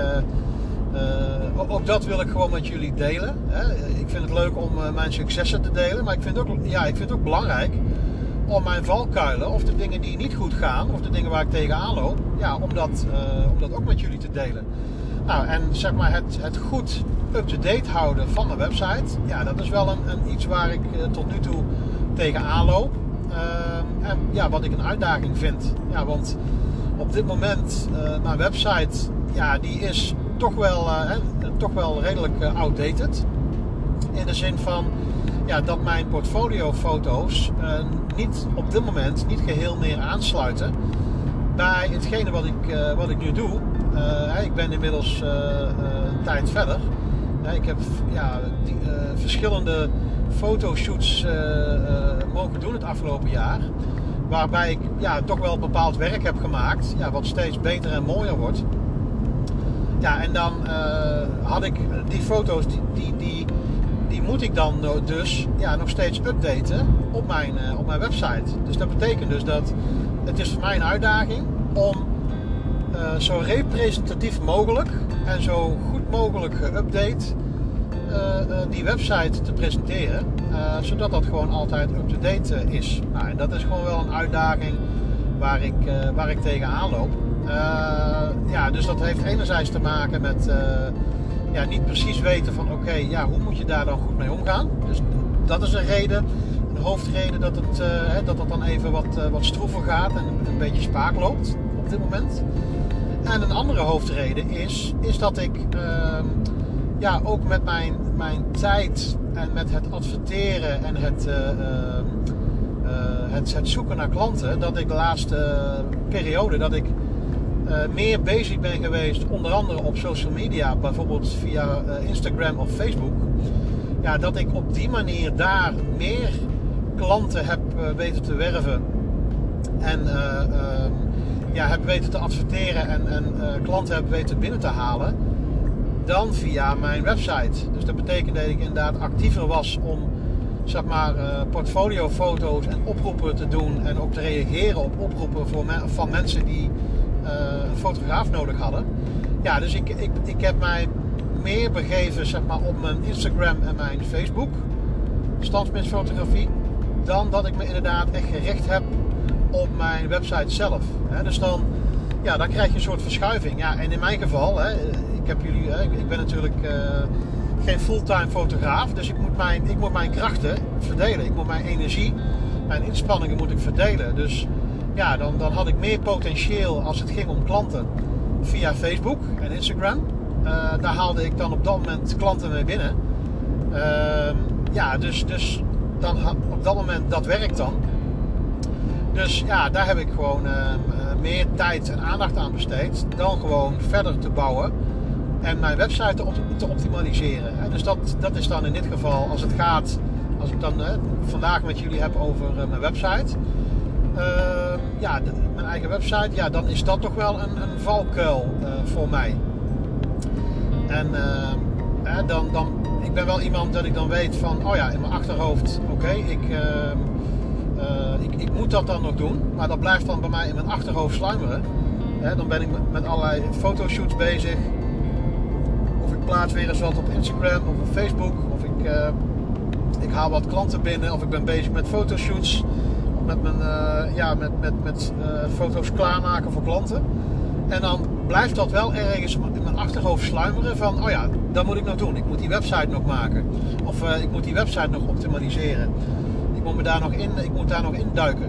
uh, ook dat wil ik gewoon met jullie delen. Hè. Ik vind het leuk om uh, mijn successen te delen, maar ik vind, ook, ja, ik vind het ook belangrijk om mijn valkuilen, of de dingen die niet goed gaan, of de dingen waar ik tegenaan loop, ja, om, dat, uh, om dat ook met jullie te delen. Nou, en zeg maar het, het goed up-to-date houden van mijn website, ja, dat is wel een, een iets waar ik uh, tot nu toe tegenaan loop. Uh, en ja, wat ik een uitdaging vind. Ja, want op dit moment, uh, mijn website, ja, die is toch wel, uh, hè, toch wel redelijk uh, outdated. In de zin van, ja, dat mijn portfoliofoto's uh, niet op dit moment niet geheel meer aansluiten bij hetgene wat ik, uh, wat ik nu doe. Uh, ik ben inmiddels uh, uh, een tijd verder. Uh, ik heb ja, die, uh, verschillende fotoshoots uh, uh, mogen doen het afgelopen jaar. Waarbij ik ja, toch wel bepaald werk heb gemaakt. Ja, wat steeds beter en mooier wordt. Ja, en dan uh, had ik die foto's, die, die, die, die moet ik dan dus ja, nog steeds updaten op mijn, uh, op mijn website. Dus dat betekent dus dat het is voor mij een uitdaging om Uh, zo representatief mogelijk en zo goed mogelijk geüpdate uh, uh, die website te presenteren, uh, zodat dat gewoon altijd up-to-date uh, is. Nou, en dat is gewoon wel een uitdaging waar ik, uh, waar ik tegenaan loop. Uh, ja, dus dat heeft enerzijds te maken met uh, ja, niet precies weten van oké, okay, ja, hoe moet je daar dan goed mee omgaan. Dus dat is een reden, een hoofdreden dat het, uh, hè, dat het dan even wat, uh, wat stroever gaat en een, een beetje spaak loopt op dit moment. En een andere hoofdreden is, is dat ik uh, ja, ook met mijn, mijn tijd en met het adverteren en het, uh, uh, het, het zoeken naar klanten, dat ik de laatste uh, periode dat ik uh, meer bezig ben geweest, onder andere op social media, bijvoorbeeld via uh, Instagram of Facebook. Ja, dat ik op die manier daar meer klanten heb uh, weten te werven en uh, uh, ja, heb weten te adverteren en, en uh, klanten heb weten binnen te halen dan via mijn website. Dus dat betekent dat ik inderdaad actiever was om zeg maar uh, portfoliofoto's en oproepen te doen en ook te reageren op oproepen voor me- van mensen die uh, een fotograaf nodig hadden. Ja, dus ik, ik, ik heb mij meer begeven zeg maar op mijn Instagram en mijn Facebook, Stan Smit Fotografie, dan dat ik me inderdaad echt gericht heb op mijn website zelf. Hè. Dus dan, ja, dan krijg je een soort verschuiving. Ja, en in mijn geval, hè, ik, heb jullie, hè, ik ben natuurlijk uh, geen fulltime fotograaf, dus ik moet, mijn, ik moet mijn krachten verdelen. Ik moet mijn energie, mijn inspanningen moet ik verdelen. Dus ja, dan, dan had ik meer potentieel als het ging om klanten via Facebook en Instagram. Uh, daar haalde ik dan op dat moment klanten mee binnen. Uh, ja, dus, dus dan, op dat moment, dat werkt dan. Dus ja, daar heb ik gewoon uh, meer tijd en aandacht aan besteed dan gewoon verder te bouwen en mijn website te, op- te optimaliseren. Dus dat, dat is dan in dit geval, als het gaat, als ik dan uh, vandaag met jullie heb over uh, mijn website, uh, ja, de, mijn eigen website, ja, dan is dat toch wel een, een valkuil uh, voor mij. En uh, eh, dan, dan, ik ben wel iemand dat ik dan weet van, oh ja, in mijn achterhoofd, oké, okay, ik, uh, uh, ik, ik moet dat dan nog doen, maar dat blijft dan bij mij in mijn achterhoofd sluimeren. Eh, dan ben ik met, met allerlei fotoshoots bezig, of ik plaats weer eens wat op Instagram of op Facebook, of ik, uh, ik haal wat klanten binnen, of ik ben bezig met fotoshoots, met mijn, uh, ja, met, met, met uh, foto's klaarmaken voor klanten. En dan blijft dat wel ergens in mijn achterhoofd sluimeren van, oh ja, dat moet ik nog doen. Ik moet die website nog maken. Of uh, ik moet die website nog optimaliseren. Ik moet me daar nog in, ik moet daar nog induiken.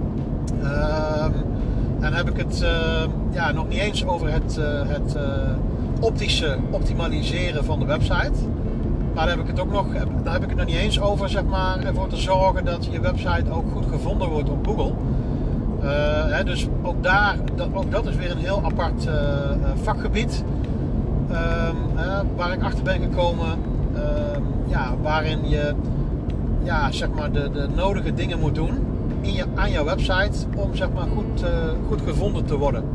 Uh, en dan heb ik het uh, ja, nog niet eens over het, uh, het uh, optische optimaliseren van de website. Maar daar heb ik het ook nog, daar heb ik het nog niet eens over, zeg maar, ervoor te zorgen dat je website ook goed gevonden wordt op Google. Uh, hè, dus ook, daar, dat, ook dat is weer een heel apart uh, vakgebied uh, uh, waar ik achter ben gekomen, uh, ja, waarin je ja, zeg maar de, de nodige dingen moet doen in je, aan jouw website om zeg maar, goed, uh, goed gevonden te worden.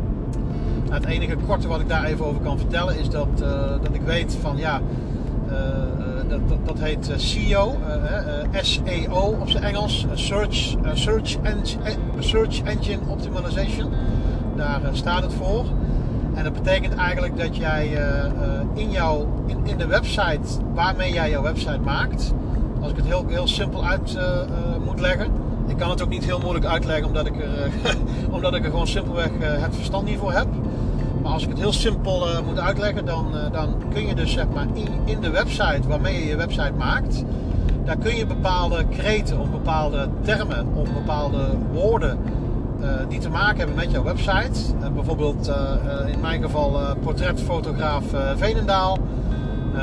Nou, het enige korte wat ik daar even over kan vertellen is dat, uh, dat ik weet van ja, uh, dat, dat, dat heet S E O, uh, uh, S E O op zijn Engels, Search, uh, Search, Engine, Search Engine Optimization. Daar uh, staat het voor. En dat betekent eigenlijk dat jij uh, uh, in, jouw, in, in de website waarmee jij jouw website maakt, als ik het heel, heel simpel uit uh, uh, moet leggen. Ik kan het ook niet heel moeilijk uitleggen omdat ik er, uh, omdat ik er gewoon simpelweg uh, het verstand niet voor heb. Maar als ik het heel simpel uh, moet uitleggen, dan, uh, dan kun je dus zeg maar in, in de website waarmee je je website maakt, daar kun je bepaalde kreten of bepaalde termen of bepaalde woorden uh, die te maken hebben met jouw website. Uh, bijvoorbeeld uh, uh, in mijn geval uh, portretfotograaf uh, Veenendaal. Uh,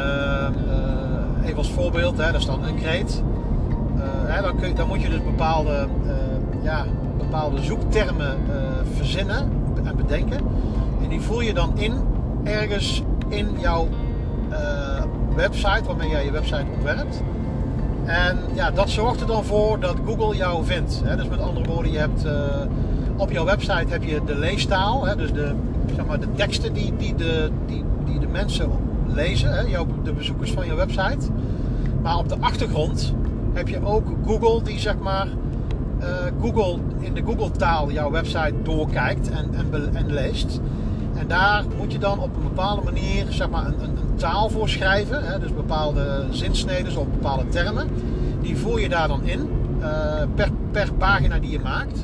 uh, even als voorbeeld, hè, dat is dan een kreet. Uh, hè, dan, kun je, dan moet je dus bepaalde, uh, ja, bepaalde zoektermen uh, verzinnen en bedenken. En die voer je dan in, ergens in jouw uh, website, waarmee jij je website ontwerpt. En ja, dat zorgt er dan voor dat Google jou vindt. Hè? Dus met andere woorden, je hebt, uh, op jouw website heb je de leestaal. Hè? Dus de, zeg maar, de teksten die, die, de, die, die de mensen lezen, hè? Jouw, de bezoekers van je website. Maar op de achtergrond heb je ook Google die zeg maar uh, Google, in de Google taal jouw website doorkijkt en, en, en leest. En daar moet je dan op een bepaalde manier zeg maar, een, een, een taal voor schrijven. Hè? Dus bepaalde zinsneden of bepaalde termen. Die voer je daar dan in. Uh, per, per pagina die je maakt.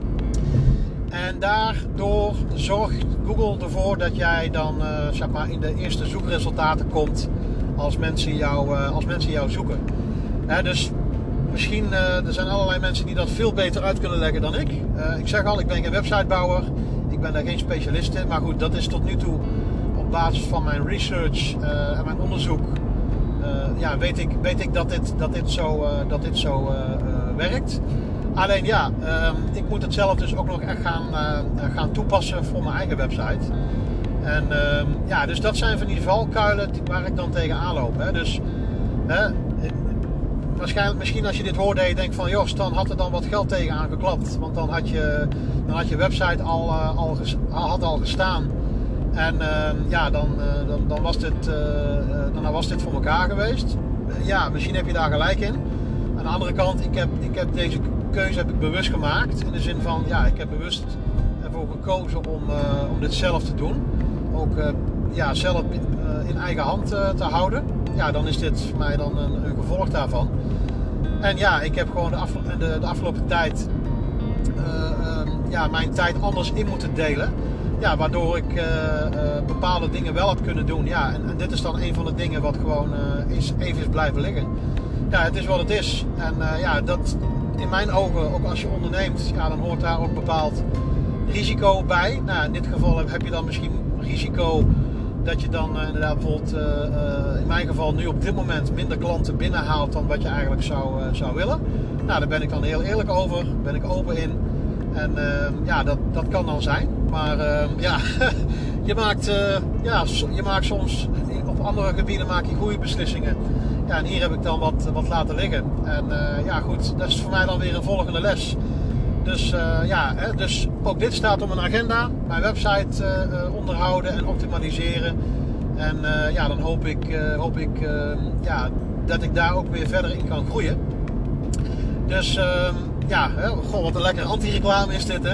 En daardoor zorgt Google ervoor dat jij dan uh, zeg maar, in de eerste zoekresultaten komt. Als mensen jou, uh, als mensen jou zoeken. Hè, dus misschien uh, er zijn allerlei mensen die dat veel beter uit kunnen leggen dan ik. Uh, ik zeg al, ik ben geen websitebouwer. Ik ben daar geen specialist in, maar goed, dat is tot nu toe op basis van mijn research uh, en mijn onderzoek, uh, ja, weet ik, weet ik dat dit, dat dit zo, uh, dat dit zo uh, uh, werkt. Alleen ja, uh, ik moet het zelf dus ook nog echt gaan, uh, gaan toepassen voor mijn eigen website. En uh, ja, dus dat zijn van die valkuilen waar ik dan tegenaan loop. Hè. Dus hè, waarschijnlijk, misschien als je dit hoort en je denkt van, joh, Stan had er dan wat geld tegenaan geklapt. Want dan had je, dan had je website al, uh, al, ges, had al gestaan. En uh, ja, dan, uh, dan, dan, was dit, uh, uh, dan was dit voor elkaar geweest. Uh, ja, misschien heb je daar gelijk in. Aan de andere kant, ik heb, ik heb deze keuze heb ik bewust gemaakt. In de zin van, ja, ik heb bewust ervoor gekozen om, uh, om dit zelf te doen. Ook uh, ja, zelf uh, in eigen hand uh, te houden. Ja, dan is dit voor mij dan een, een gevolg daarvan. En ja, ik heb gewoon de, afge- de, de afgelopen tijd uh, uh, ja, mijn tijd anders in moeten delen. Ja, waardoor ik uh, uh, bepaalde dingen wel heb kunnen doen. Ja, en, en dit is dan een van de dingen wat gewoon uh, is, even is blijven liggen. Ja, het is wat het is. En uh, ja, dat in mijn ogen, ook als je onderneemt, ja, dan hoort daar ook bepaald risico bij. Nou, in dit geval heb je dan misschien risico dat je dan uh, inderdaad bijvoorbeeld uh, uh, in mijn geval nu op dit moment minder klanten binnenhaalt dan wat je eigenlijk zou, uh, zou willen. Nou, daar ben ik dan heel eerlijk over, ben ik open in. En uh, ja, dat, dat kan dan zijn. Maar uh, ja, je maakt, uh, ja, je maakt soms op andere gebieden maak je goede beslissingen. Ja, en hier heb ik dan wat, wat laten liggen. En uh, ja goed, dat is voor mij dan weer een volgende les. Dus uh, ja, hè, dus ook dit staat op mijn agenda. Mijn website uh, uh, onderhouden en optimaliseren. En uh, ja, dan hoop ik, uh, hoop ik uh, ja, dat ik daar ook weer verder in kan groeien. Dus uh, ja, hè, goh, wat een lekkere anti-reclame is dit, hè.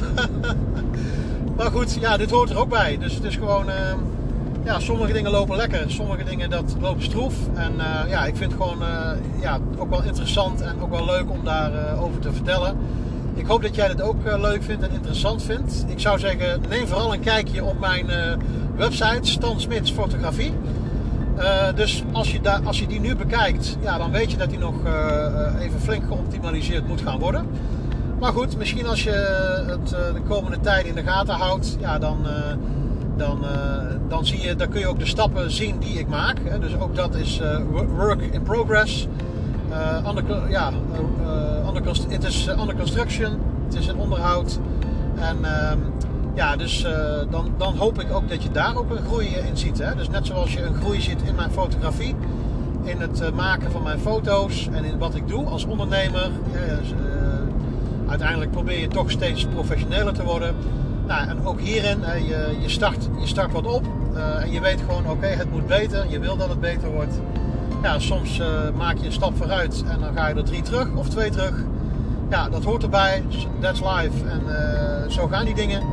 Maar goed, ja, dit hoort er ook bij. Dus het is gewoon, uh, ja, sommige dingen lopen lekker, sommige dingen dat lopen stroef. En uh, ja, ik vind het gewoon uh, ja, ook wel interessant en ook wel leuk om daarover uh, over te vertellen. Ik hoop dat jij dit ook uh, leuk vindt en interessant vindt. Ik zou zeggen, neem vooral een kijkje op mijn uh, website, Stan Smits Fotografie. Uh, dus als je, da- als je die nu bekijkt, ja, dan weet je dat die nog uh, even flink geoptimaliseerd moet gaan worden. Maar goed, misschien als je het uh, de komende tijd in de gaten houdt, ja, dan, uh, dan, uh, dan, zie je, dan kun je ook de stappen zien die ik maak. Hè. Dus ook dat is uh, work in progress. Uh, under, ja, uh, under, het is under construction, het is in onderhoud. En uh, ja, dus uh, dan, dan hoop ik ook dat je daar ook een groei in ziet. Hè. Dus net zoals je een groei ziet in mijn fotografie, in het uh, maken van mijn foto's en in wat ik doe als ondernemer. Ja, dus, uh, uiteindelijk probeer je toch steeds professioneler te worden. Nou, en ook hierin, hè, je, je, start, je start wat op uh, en je weet gewoon, oké, okay, het moet beter. Je wil dat het beter wordt. Ja, soms uh, maak je een stap vooruit en dan ga je er drie terug of twee terug. Ja, dat hoort erbij. That's life. En uh, zo gaan die dingen.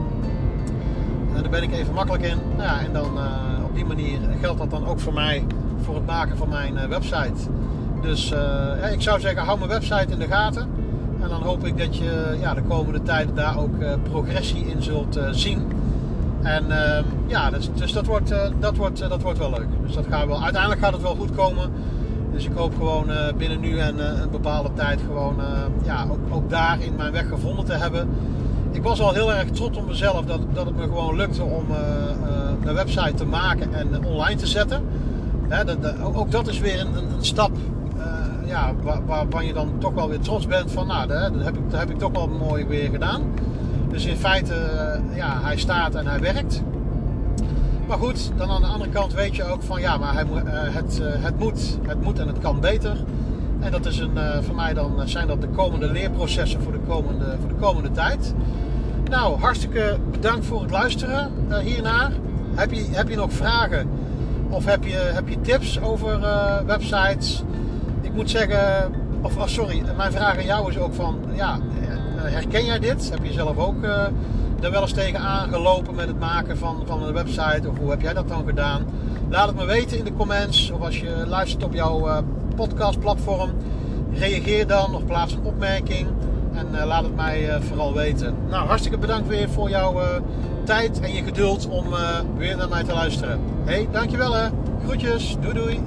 En daar ben ik even makkelijk in. Nou ja, en dan uh, op die manier geldt dat dan ook voor mij voor het maken van mijn uh, website. Dus uh, ja, ik zou zeggen, hou mijn website in de gaten. En dan hoop ik dat je ja, de komende tijd daar ook uh, progressie in zult uh, zien. En uh, ja, dus, dus dat, wordt, uh, dat, wordt, uh, dat wordt wel leuk. Dus dat gaat wel, uiteindelijk gaat het wel goed komen. Dus ik hoop gewoon uh, binnen nu en uh, een bepaalde tijd gewoon uh, ja, ook, ook daarin mijn weg gevonden te hebben. Ik was al heel erg trots op mezelf dat, dat het me gewoon lukte om uh, uh, een website te maken en online te zetten. Hè, dat, dat, ook dat is weer een, een stap uh, ja, waar, waarvan je dan toch wel weer trots bent van nou, dat, dat, heb ik, dat heb ik toch wel mooi weer gedaan. Dus in feite, uh, ja, hij staat en hij werkt. Maar goed, dan aan de andere kant weet je ook van ja, maar hij, uh, het, uh, het, moet, het moet en het kan beter. En dat is een, uh, voor mij dan zijn dat de komende leerprocessen voor de komende, voor de komende tijd. Nou, hartstikke bedankt voor het luisteren uh, hiernaar. Heb je, heb je nog vragen? Of heb je, heb je tips over uh, websites? Ik moet zeggen, of oh, sorry, mijn vraag aan jou is ook van ja, herken jij dit? Heb je zelf ook uh, er wel eens tegen aangelopen met het maken van, van een website? Of hoe heb jij dat dan gedaan? Laat het me weten in de comments. Of als je luistert op jouw uh, podcastplatform. Reageer dan of plaats een opmerking. En uh, laat het mij uh, vooral weten. Nou, hartstikke bedankt weer voor jouw uh, tijd en je geduld om uh, weer naar mij te luisteren. Hey, dankjewel hè. Groetjes. Doei doei.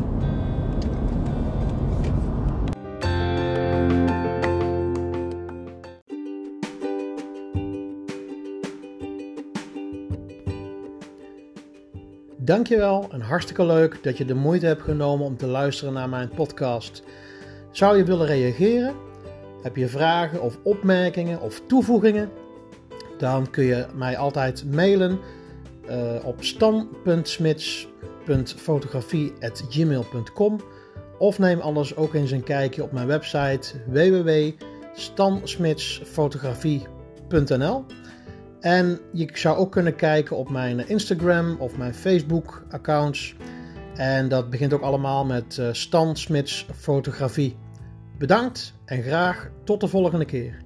Dankjewel en hartstikke leuk dat je de moeite hebt genomen om te luisteren naar mijn podcast. Zou je willen reageren? Heb je vragen of opmerkingen of toevoegingen? Dan kun je mij altijd mailen uh, op stan punt smits punt fotografie at gmail punt com of neem anders ook eens een kijkje op mijn website w w w punt stan smits fotografie punt n l. En je zou ook kunnen kijken op mijn Instagram of mijn Facebook accounts. En dat begint ook allemaal met uh, Stan Smits Fotografie. Bedankt en graag tot de volgende keer.